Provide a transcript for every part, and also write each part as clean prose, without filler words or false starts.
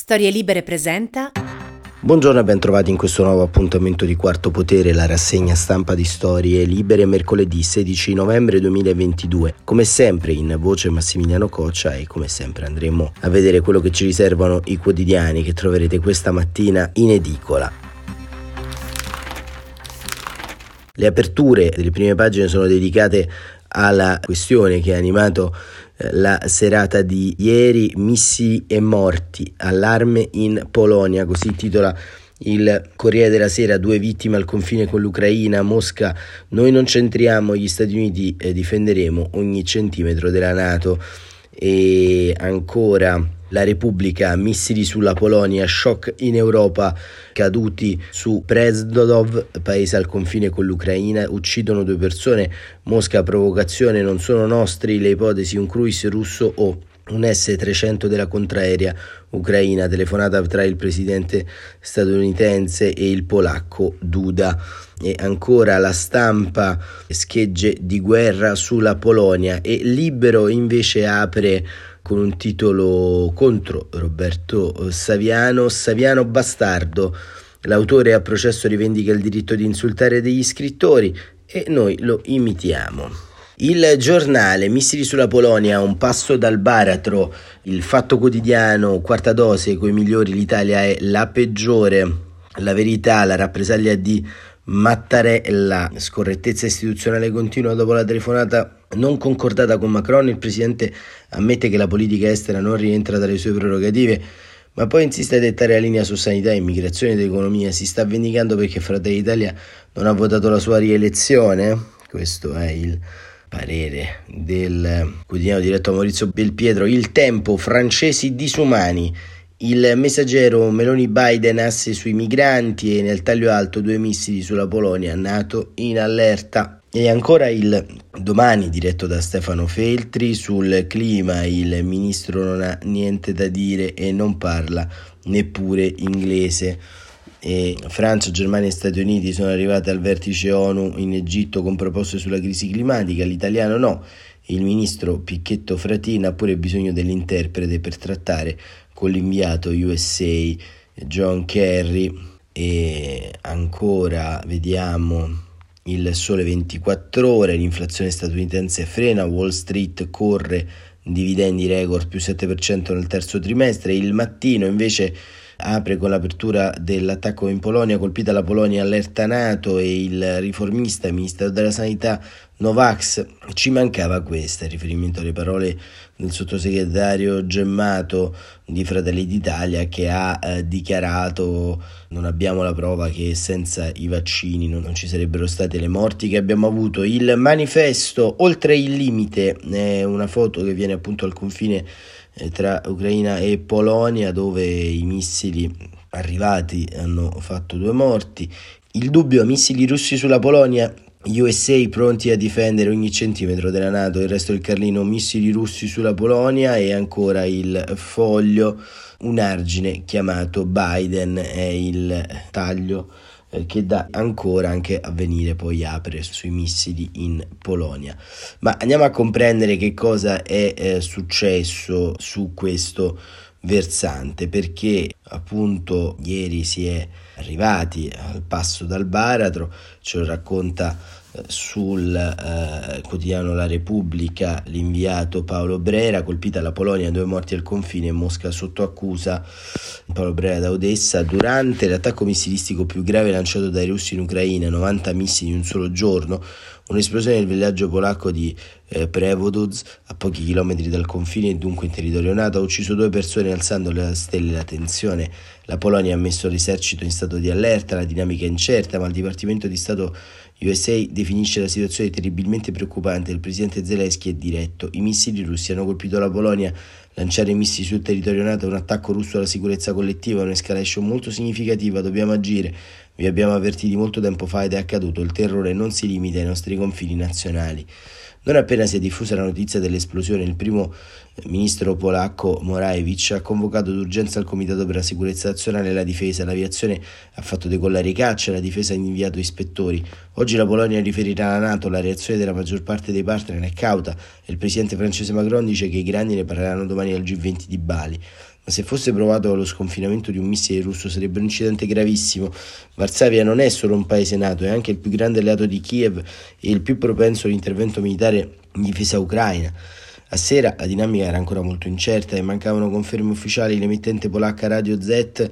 Storie Libere presenta. Buongiorno e ben trovati in questo nuovo appuntamento di Quarto Potere, la rassegna stampa di Storie Libere, mercoledì 16 novembre 2022. Come sempre in voce Massimiliano Coccia e come sempre andremo a vedere quello che ci riservano i quotidiani che troverete questa mattina in edicola. Le aperture delle prime pagine sono dedicate alla questione che ha animato la serata di ieri, missili e morti, allarme in Polonia, così titola il Corriere della Sera. 2 vittime al confine con l'Ucraina, Mosca, noi non centriamo, gli Stati Uniti difenderemo ogni centimetro della NATO. E ancora la Repubblica, missili sulla Polonia, shock in Europa, caduti su Prezdodov, paese al confine con l'Ucraina, uccidono 2 persone, Mosca, provocazione, non sono nostri, le ipotesi un cruise russo o un S-300 della contraerea ucraina, telefonata tra il presidente statunitense e il polacco Duda. E ancora La Stampa, schegge di guerra sulla Polonia, e Libero invece apre con un titolo contro Roberto Saviano bastardo, l'autore a processo rivendica il diritto di insultare degli scrittori e noi lo imitiamo. Il Giornale, missili sulla Polonia, un passo dal baratro. Il Fatto Quotidiano, quarta dose, coi migliori l'Italia è la peggiore. La Verità, la rappresaglia di Mattarella, scorrettezza istituzionale continua dopo la telefonata non concordata con Macron. Il presidente ammette che la politica estera non rientra dalle sue prerogative, ma poi insiste a dettare la linea su sanità, immigrazione ed economia. Si sta vendicando perché Fratelli d'Italia non ha votato la sua rielezione? Questo è il parere del quotidiano diretto a Maurizio Belpietro. Il Tempo, francesi disumani. Il Messaggero, Meloni-Biden, asse sui migranti, e nel taglio alto 2 missili sulla Polonia, NATO in allerta. E ancora il Domani, diretto da Stefano Feltri, sul clima, il ministro non ha niente da dire e non parla neppure inglese. E Francia, Germania e Stati Uniti sono arrivate al vertice ONU in Egitto con proposte sulla crisi climatica, l'italiano no. Il ministro Picchetto Fratin ha pure bisogno dell'interprete per trattare con l'inviato USA John Kerry. E ancora vediamo il Sole 24 Ore, l'inflazione statunitense frena, Wall Street corre, dividendi record più 7% nel terzo trimestre. Il Mattino invece apre con l'apertura dell'attacco in Polonia, colpita la Polonia, allerta NATO, e il Riformista, Ministero della Sanità, Novax. Ci mancava questa, in riferimento alle parole del sottosegretario Gemmato di Fratelli d'Italia, che ha dichiarato: non abbiamo la prova che senza i vaccini non ci sarebbero state le morti che abbiamo avuto. Il Manifesto, oltre il limite, è una foto che viene appunto al confine tra Ucraina e Polonia, dove i missili arrivati hanno fatto 2 morti. Il Dubbio, missili russi sulla Polonia, USA pronti a difendere ogni centimetro della NATO. Il Resto del Carlino, missili russi sulla Polonia. E ancora il Foglio, un argine chiamato Biden, è il taglio che dà ancora anche Avvenire, poi apre sui missili in Polonia. Ma andiamo a comprendere che cosa è successo su questo versante, perché appunto ieri si è arrivati al passo dal baratro. Ce lo racconta sul quotidiano La Repubblica l'inviato Paolo Brera. Colpita la Polonia, 2 morti al confine, Mosca sotto accusa. Paolo Brera da Odessa. Durante l'attacco missilistico più grave lanciato dai russi in Ucraina, 90 missili in un solo giorno, un'esplosione nel villaggio polacco di Przewodoz, a pochi chilometri dal confine e dunque in territorio NATO, ha ucciso 2 persone, alzando le stelle la tensione. La Polonia ha messo l'esercito in stato di allerta, la dinamica è incerta, ma il Dipartimento di Stato USA definisce la situazione terribilmente preoccupante. Il presidente Zelensky è diretto: i missili russi hanno colpito la Polonia. Lanciare missili sul territorio NATO è un attacco russo alla sicurezza collettiva, un'escalation molto significativa. Dobbiamo agire. Vi abbiamo avvertiti molto tempo fa ed è accaduto. Il terrore non si limita ai nostri confini nazionali. Non appena si è diffusa la notizia dell'esplosione, il primo ministro polacco Morawiecki ha convocato d'urgenza il Comitato per la Sicurezza Nazionale e la Difesa. L'aviazione ha fatto decollare i caccia, la difesa ha inviato ispettori. Oggi la Polonia riferirà alla NATO. La reazione della maggior parte dei partner è cauta e il presidente francese Macron dice che i grandi ne parleranno domani al G20 di Bali. Ma se fosse provato lo sconfinamento di un missile russo sarebbe un incidente gravissimo. Varsavia non è solo un paese NATO, è anche il più grande alleato di Kiev e il più propenso all'intervento militare in difesa ucraina. A sera la dinamica era ancora molto incerta e mancavano conferme ufficiali. L'emittente polacca Radio Z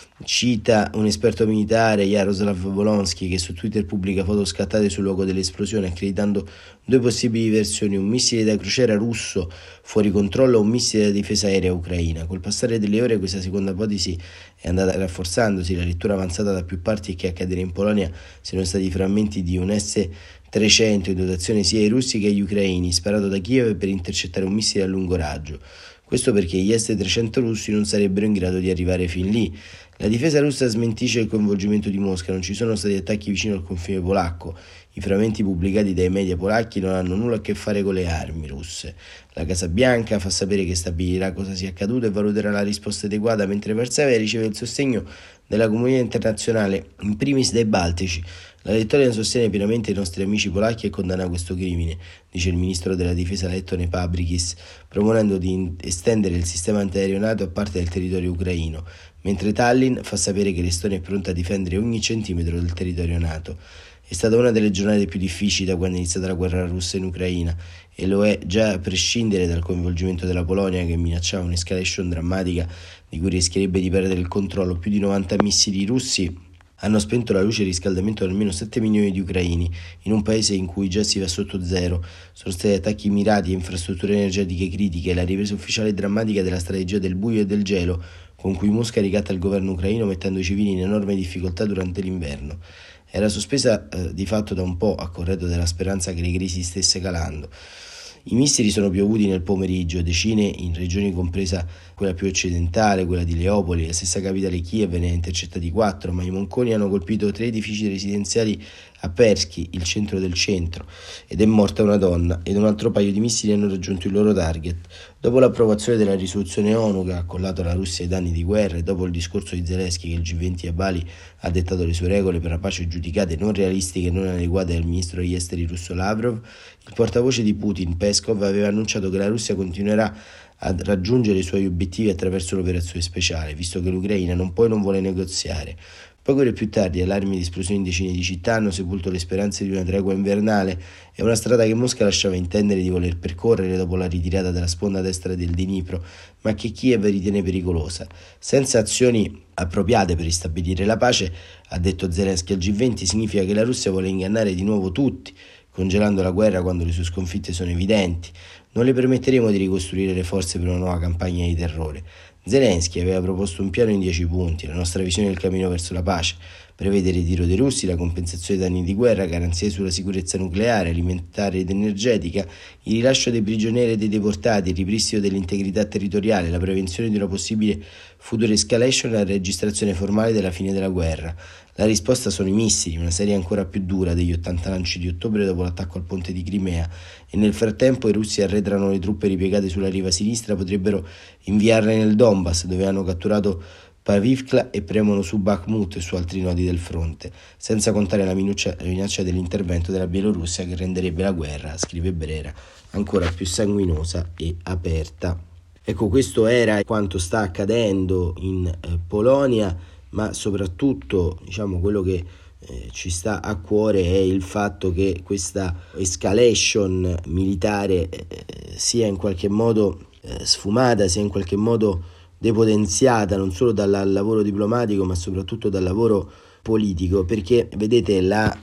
cita un esperto militare, Jaroslav Bolonski, che su Twitter pubblica foto scattate sul luogo dell'esplosione, accreditando due possibili versioni: un missile da crociera russo fuori controllo o un missile da difesa aerea ucraina. Col passare delle ore questa seconda ipotesi è andata rafforzandosi. La lettura avanzata da più parti è che a cadere in Polonia siano stati frammenti di un S-300 in dotazione sia ai russi che agli ucraini, sparato da Kiev per intercettare un missile a lungo raggio. Questo perché gli S-300 russi non sarebbero in grado di arrivare fin lì. La difesa russa smentisce il coinvolgimento di Mosca, non ci sono stati attacchi vicino al confine polacco. I frammenti pubblicati dai media polacchi non hanno nulla a che fare con le armi russe. La Casa Bianca fa sapere che stabilirà cosa sia accaduto e valuterà la risposta adeguata, mentre Varsavia riceve il sostegno della comunità internazionale, in primis dai baltici. La Lettonia sostiene pienamente i nostri amici polacchi e condanna questo crimine, dice il ministro della difesa lettone Pabrikis, proponendo di estendere il sistema antiaereo NATO a parte del territorio ucraino, mentre Tallinn fa sapere che l'Estonia è pronta a difendere ogni centimetro del territorio NATO. È stata una delle giornate più difficili da quando è iniziata la guerra russa in Ucraina e lo è già a prescindere dal coinvolgimento della Polonia, che minacciava un'escalation drammatica di cui rischierebbe di perdere il controllo. Più di 90 missili russi hanno spento la luce e il riscaldamento di almeno 7 milioni di ucraini, in un paese in cui già si va sotto zero. Sono stati attacchi mirati a infrastrutture energetiche critiche e la ripresa ufficiale drammatica della strategia del buio e del gelo, con cui Mosca ricatta il governo ucraino mettendo i civili in enorme difficoltà durante l'inverno. Era sospesa di fatto da un po', a corredo della speranza che le crisi stesse calando. I missili sono piovuti nel pomeriggio, decine in regioni compresa quella più occidentale, quella di Leopoli, la stessa capitale Kiev ne ha intercettati 4, ma i monconi hanno colpito 3 edifici residenziali a Persky, il centro del centro, ed è morta una donna, ed un altro paio di missili hanno raggiunto il loro target. Dopo l'approvazione della risoluzione ONU che ha accollato alla Russia i danni di guerra e dopo il discorso di Zelensky che il G20 a Bali ha dettato le sue regole per la pace giudicate non realistiche e non adeguate dal ministro degli esteri russo Lavrov, il portavoce di Putin, Peskov, aveva annunciato che la Russia continuerà a raggiungere i suoi obiettivi attraverso l'operazione speciale, visto che l'Ucraina non può e non vuole negoziare. Poche ore più tardi allarmi di esplosioni in decine di città hanno sepolto le speranze di una tregua invernale e una strada che Mosca lasciava intendere di voler percorrere dopo la ritirata dalla sponda destra del Dnipro, ma che Kiev ritiene pericolosa. Senza azioni appropriate per ristabilire la pace, ha detto Zelensky al G20, significa che la Russia vuole ingannare di nuovo tutti, congelando la guerra quando le sue sconfitte sono evidenti. Non le permetteremo di ricostruire le forze per una nuova campagna di terrore. Zelensky aveva proposto un piano in 10 punti, la nostra visione del cammino verso la pace: prevede il ritiro dei russi, la compensazione dei danni di guerra, garanzie sulla sicurezza nucleare, alimentare ed energetica, il rilascio dei prigionieri e dei deportati, il ripristino dell'integrità territoriale, la prevenzione di una possibile futura escalation e la registrazione formale della fine della guerra. La risposta sono i missili, una serie ancora più dura degli 80 lanci di ottobre dopo l'attacco al ponte di Crimea, e nel frattempo i russi arretrano le truppe ripiegate sulla riva sinistra, potrebbero inviarle nel Donbass, dove hanno catturato Pavivkla e premono su Bakhmut e su altri nodi del fronte, senza contare la minaccia dell'intervento della Bielorussia che renderebbe la guerra, scrive Brera, ancora più sanguinosa e aperta. Ecco, questo era quanto sta accadendo in Polonia, ma soprattutto quello che ci sta a cuore è il fatto che questa escalation militare sia in qualche modo sfumata, sia in qualche modo depotenziata non solo dal lavoro diplomatico ma soprattutto dal lavoro politico, perché vedete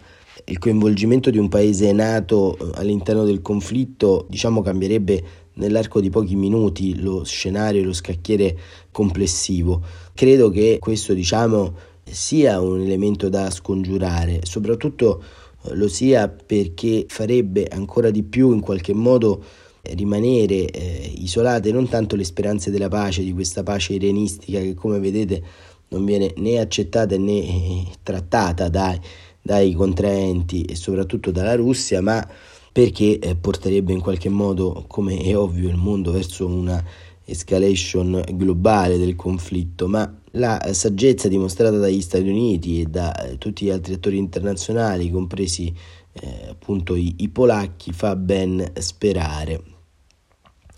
il coinvolgimento di un paese NATO all'interno del conflitto cambierebbe nell'arco di pochi minuti lo scenario e lo scacchiere complessivo. Credo che questo sia un elemento da scongiurare, soprattutto lo sia perché farebbe ancora di più in qualche modo rimanere isolate non tanto le speranze della pace, di questa pace irenistica che, come vedete, non viene né accettata né trattata dai contraenti e soprattutto dalla Russia, ma perché porterebbe in qualche modo, come è ovvio, il mondo verso una escalation globale del conflitto. Ma la saggezza dimostrata dagli Stati Uniti e da tutti gli altri attori internazionali, compresi appunto i polacchi, fa ben sperare.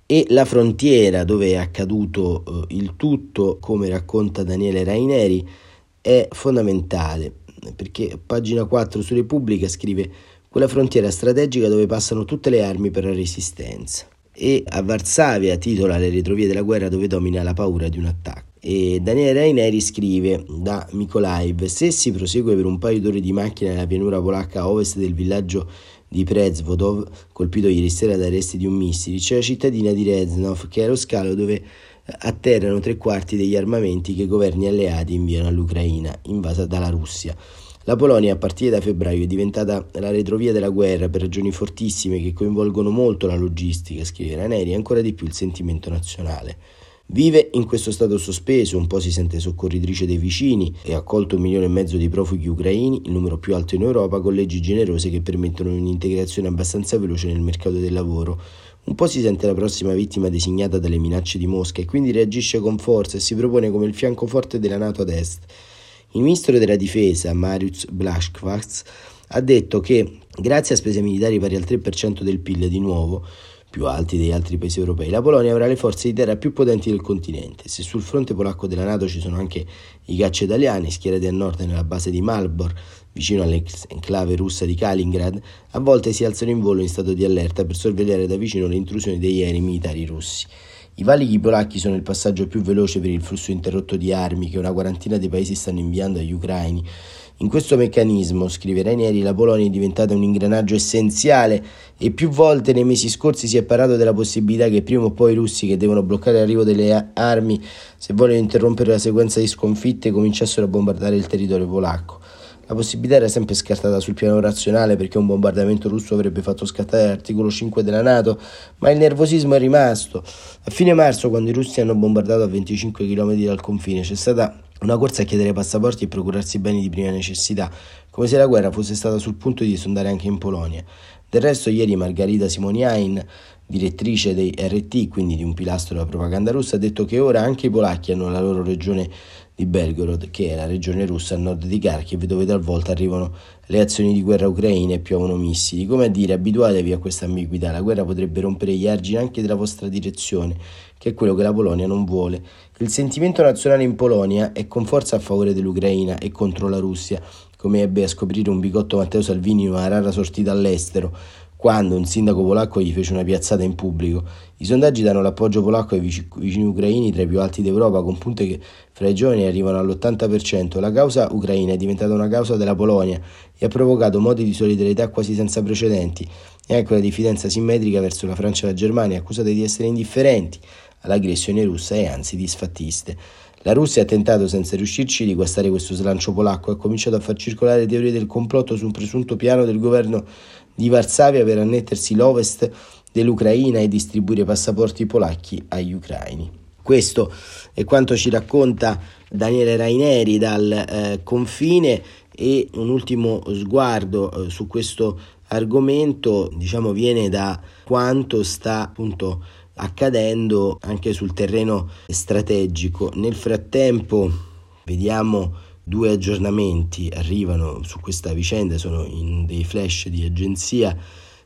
E la frontiera dove è accaduto il tutto, come racconta Daniele Raineri, è fondamentale, perché a pagina 4 su Repubblica scrive: quella frontiera strategica dove passano tutte le armi per la resistenza. E a Varsavia titola le retrovie della guerra dove domina la paura di un attacco. E Daniele Raineri scrive da Mykolaiv: se si prosegue per un paio d'ore di macchina nella pianura polacca a ovest del villaggio di Przewodów, colpito ieri sera dai resti di un missile, c'è la cittadina di Reznov, che è lo scalo dove atterrano 3/4 degli armamenti che governi alleati inviano all'Ucraina, invasa dalla Russia. La Polonia a partire da febbraio è diventata la retrovia della guerra per ragioni fortissime che coinvolgono molto la logistica, scrive Raineri, e ancora di più il sentimento nazionale. Vive in questo stato sospeso, un po' si sente soccorritrice dei vicini e ha accolto 1,5 milioni di profughi ucraini, il numero più alto in Europa, con leggi generose che permettono un'integrazione abbastanza veloce nel mercato del lavoro. Un po' si sente la prossima vittima designata dalle minacce di Mosca e quindi reagisce con forza e si propone come il fianco forte della NATO ad est. Il ministro della difesa, Mariusz Błaszczak, ha detto che grazie a spese militari pari al 3% del PIL di nuovo, più alti degli altri paesi europei, la Polonia avrà le forze di terra più potenti del continente. Se sul fronte polacco della NATO ci sono anche i caccia italiani schierati a nord nella base di Malbork, vicino all'ex enclave russa di Kaliningrad, a volte si alzano in volo in stato di allerta per sorvegliare da vicino le intrusioni degli aerei militari russi. I valichi polacchi sono il passaggio più veloce per il flusso interrotto di armi che una quarantina di paesi stanno inviando agli ucraini. In questo meccanismo, scrive Raineri, la Polonia è diventata un ingranaggio essenziale e più volte nei mesi scorsi si è parlato della possibilità che prima o poi i russi, che devono bloccare l'arrivo delle armi se vogliono interrompere la sequenza di sconfitte, cominciassero a bombardare il territorio polacco. La possibilità era sempre scartata sul piano razionale perché un bombardamento russo avrebbe fatto scattare l'articolo 5 della NATO, ma il nervosismo è rimasto. A fine marzo, quando i russi hanno bombardato a 25 km dal confine, c'è stata una corsa a chiedere passaporti e procurarsi beni di prima necessità, come se la guerra fosse stata sul punto di esondare anche in Polonia. Del resto, ieri Margarita Simoniain, direttrice dei RT, quindi di un pilastro della propaganda russa, ha detto che ora anche i polacchi hanno la loro regione di Belgorod, che è la regione russa a nord di Kharkiv, dove talvolta arrivano le azioni di guerra ucraine e piovono missili. Come a dire, abituatevi a questa ambiguità, la guerra potrebbe rompere gli argini anche della vostra direzione, che è quello che la Polonia non vuole. Il sentimento nazionale in Polonia è con forza a favore dell'Ucraina e contro la Russia, come ebbe a scoprire un bigotto Matteo Salvini in una rara sortita all'estero, quando un sindaco polacco gli fece una piazzata in pubblico. I sondaggi danno l'appoggio polacco ai vicini ucraini tra i più alti d'Europa, con punte che fra i giovani arrivano all'80%. La causa ucraina è diventata una causa della Polonia e ha provocato modi di solidarietà quasi senza precedenti e anche una diffidenza simmetrica verso la Francia e la Germania, accusate di essere indifferenti all'aggressione russa e anzi disfattiste. La Russia ha tentato, senza riuscirci, di guastare questo slancio polacco e ha cominciato a far circolare teorie del complotto su un presunto piano del governo di Varsavia per annettersi l'ovest dell'Ucraina e distribuire passaporti polacchi agli ucraini. Questo è quanto ci racconta Daniele Raineri dal confine, e un ultimo sguardo su questo argomento, viene da quanto sta appunto accadendo anche sul terreno strategico. Nel frattempo vediamo 2 aggiornamenti arrivano su questa vicenda, sono in dei flash di agenzia.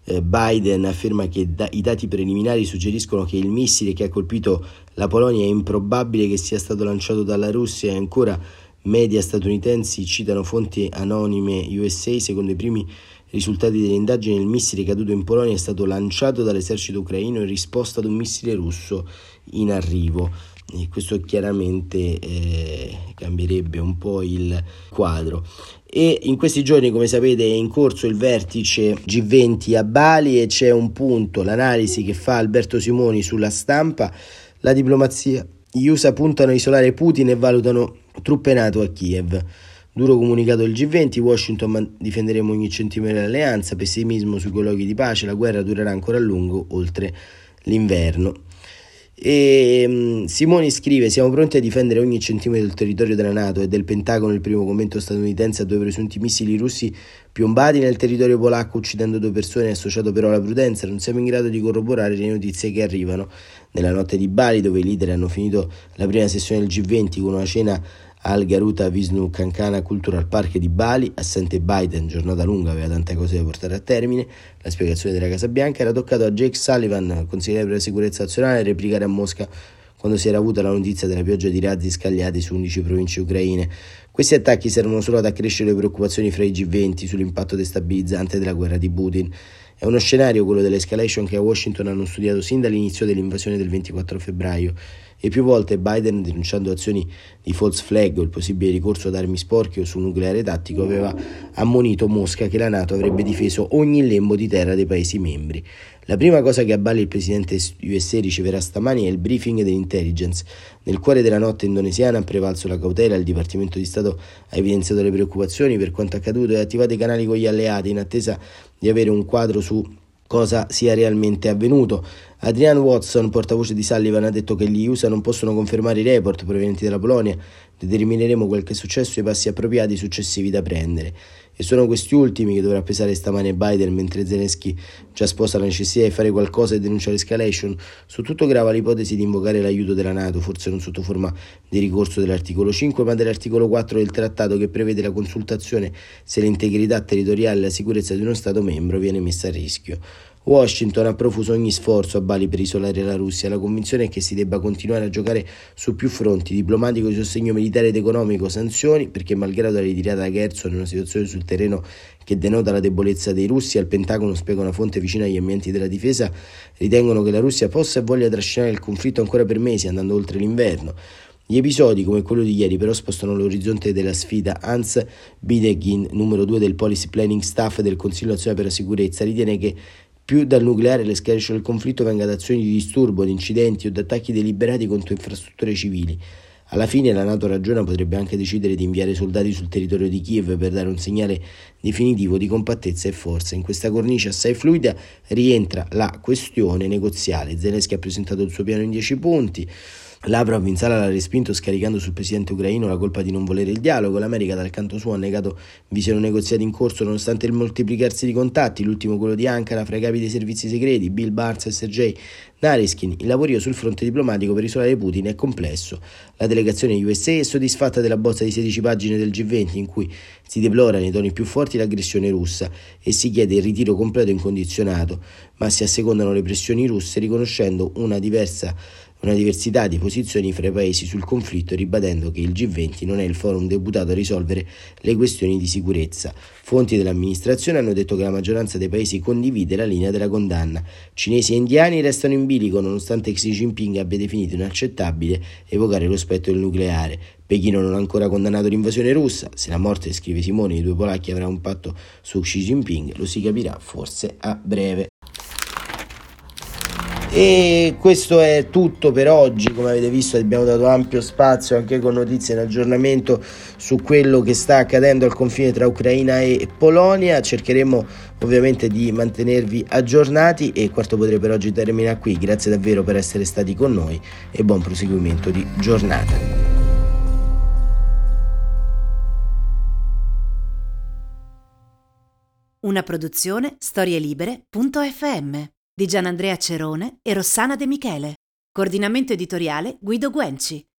Biden afferma che i dati preliminari suggeriscono che il missile che ha colpito la Polonia è improbabile che sia stato lanciato dalla Russia, e ancora media statunitensi citano fonti anonime USA. Secondo i primi risultati delle indagini, il missile caduto in Polonia è stato lanciato dall'esercito ucraino in risposta ad un missile russo in arrivo. E questo chiaramente cambierebbe un po' il quadro. E in questi giorni, come sapete, è in corso il vertice G20 a Bali e c'è un punto, l'analisi che fa Alberto Simoni sulla Stampa: la diplomazia. Gli USA puntano a isolare Putin e valutano truppe NATO a Kiev. Duro comunicato del G20, Washington: difenderemo ogni centimetro dell'alleanza, pessimismo sui colloqui di pace, la guerra durerà ancora a lungo oltre l'inverno. E Simoni scrive: siamo pronti a difendere ogni centimetro del territorio della NATO e del Pentagono. Il primo commento statunitense a 2 presunti missili russi piombati nel territorio polacco uccidendo 2 persone è associato però alla prudenza. Non siamo in grado di corroborare le notizie che arrivano. Nella notte di Bali, dove i leader hanno finito la prima sessione del G20 con una cena al Garuda Vishnu Kankana Cultural Park di Bali. Assente Biden, giornata lunga, aveva tante cose da portare a termine. La spiegazione della Casa Bianca era toccato a Jake Sullivan, consigliere per la sicurezza nazionale, a replicare a Mosca quando si era avuta la notizia della pioggia di razzi scagliati su 11 province ucraine. Questi attacchi servono solo ad accrescere le preoccupazioni fra i G20 sull'impatto destabilizzante della guerra di Putin. È uno scenario, quello dell'escalation, che a Washington hanno studiato sin dall'inizio dell'invasione del 24 febbraio e più volte Biden, denunciando azioni di false flag o il possibile ricorso ad armi sporche o su nucleare tattico, aveva ammonito Mosca che la NATO avrebbe difeso ogni lembo di terra dei Paesi membri. La prima cosa che a Bali il presidente USA riceverà stamani è il briefing dell'intelligence. Nel cuore della notte indonesiana ha prevalso la cautela, il Dipartimento di Stato ha evidenziato le preoccupazioni per quanto accaduto e ha attivato i canali con gli alleati in attesa di avere un quadro su cosa sia realmente avvenuto. Adrian Watson, portavoce di Sullivan, ha detto che gli USA non possono confermare i report provenienti dalla Polonia. Determineremo quel che è successo e i passi appropriati successivi da prendere. E sono questi ultimi che dovrà pesare stamane Biden, mentre Zelensky già sposa la necessità di fare qualcosa e denuncia l'escalation. Su tutto grava l'ipotesi di invocare l'aiuto della NATO, forse non sotto forma di ricorso dell'articolo 5, ma dell'articolo 4 del trattato, che prevede la consultazione se l'integrità territoriale e la sicurezza di uno Stato membro viene messa a rischio. Washington ha profuso ogni sforzo a Bali per isolare la Russia. La convinzione è che si debba continuare a giocare su più fronti: diplomatico, di sostegno militare ed economico, sanzioni, perché malgrado la ritirata da Kherson, in una situazione sul terreno che denota la debolezza dei russi, al Pentagono, spiega una fonte vicina agli ambienti della difesa, ritengono che la Russia possa e voglia trascinare il conflitto ancora per mesi, andando oltre l'inverno. Gli episodi, come quello di ieri, però spostano l'orizzonte della sfida. Hans Bidegin, numero 2 del Policy Planning Staff del Consiglio Nazionale per la Sicurezza, ritiene che più dal nucleare l'escalation del conflitto venga da azioni di disturbo, di incidenti o da attacchi deliberati contro infrastrutture civili. Alla fine la NATO ragiona, potrebbe anche decidere di inviare soldati sul territorio di Kiev per dare un segnale definitivo di compattezza e forza. In questa cornice assai fluida rientra la questione negoziale. Zelensky ha presentato il suo piano in 10 punti. Lavrov in sala l'ha respinto, scaricando sul presidente ucraino la colpa di non volere il dialogo. L'America dal canto suo ha negato vi siano negoziati in corso nonostante il moltiplicarsi di contatti, l'ultimo quello di Ankara fra i capi dei servizi segreti Bill Barnes e Sergei Naryshkin. Il lavorio sul fronte diplomatico per isolare Putin è complesso. La delegazione USA è soddisfatta della bozza di 16 pagine del G20 in cui si deplora nei toni più forti l'aggressione russa e si chiede il ritiro completo e incondizionato, ma si assecondano le pressioni russe, riconoscendo una diversità di posizioni fra i paesi sul conflitto, ribadendo che il G20 non è il forum deputato a risolvere le questioni di sicurezza. Fonti dell'amministrazione hanno detto che la maggioranza dei paesi condivide la linea della condanna. Cinesi e indiani restano in bilico nonostante Xi Jinping abbia definito inaccettabile evocare lo spettro del nucleare. Pechino non ha ancora condannato l'invasione russa. Se la morte, scrive Simone, di 2 polacchi avrà un impatto su Xi Jinping, lo si capirà forse a breve. E questo è tutto per oggi. Come avete visto, abbiamo dato ampio spazio anche con notizie in aggiornamento su quello che sta accadendo al confine tra Ucraina e Polonia. Cercheremo ovviamente di mantenervi aggiornati e Quarto Potere per oggi termina qui. Grazie davvero per essere stati con noi e buon proseguimento di giornata. Una produzione storielibere.fm di Gianandrea Cerone e Rossana De Michele. Coordinamento editoriale Guido Guenci.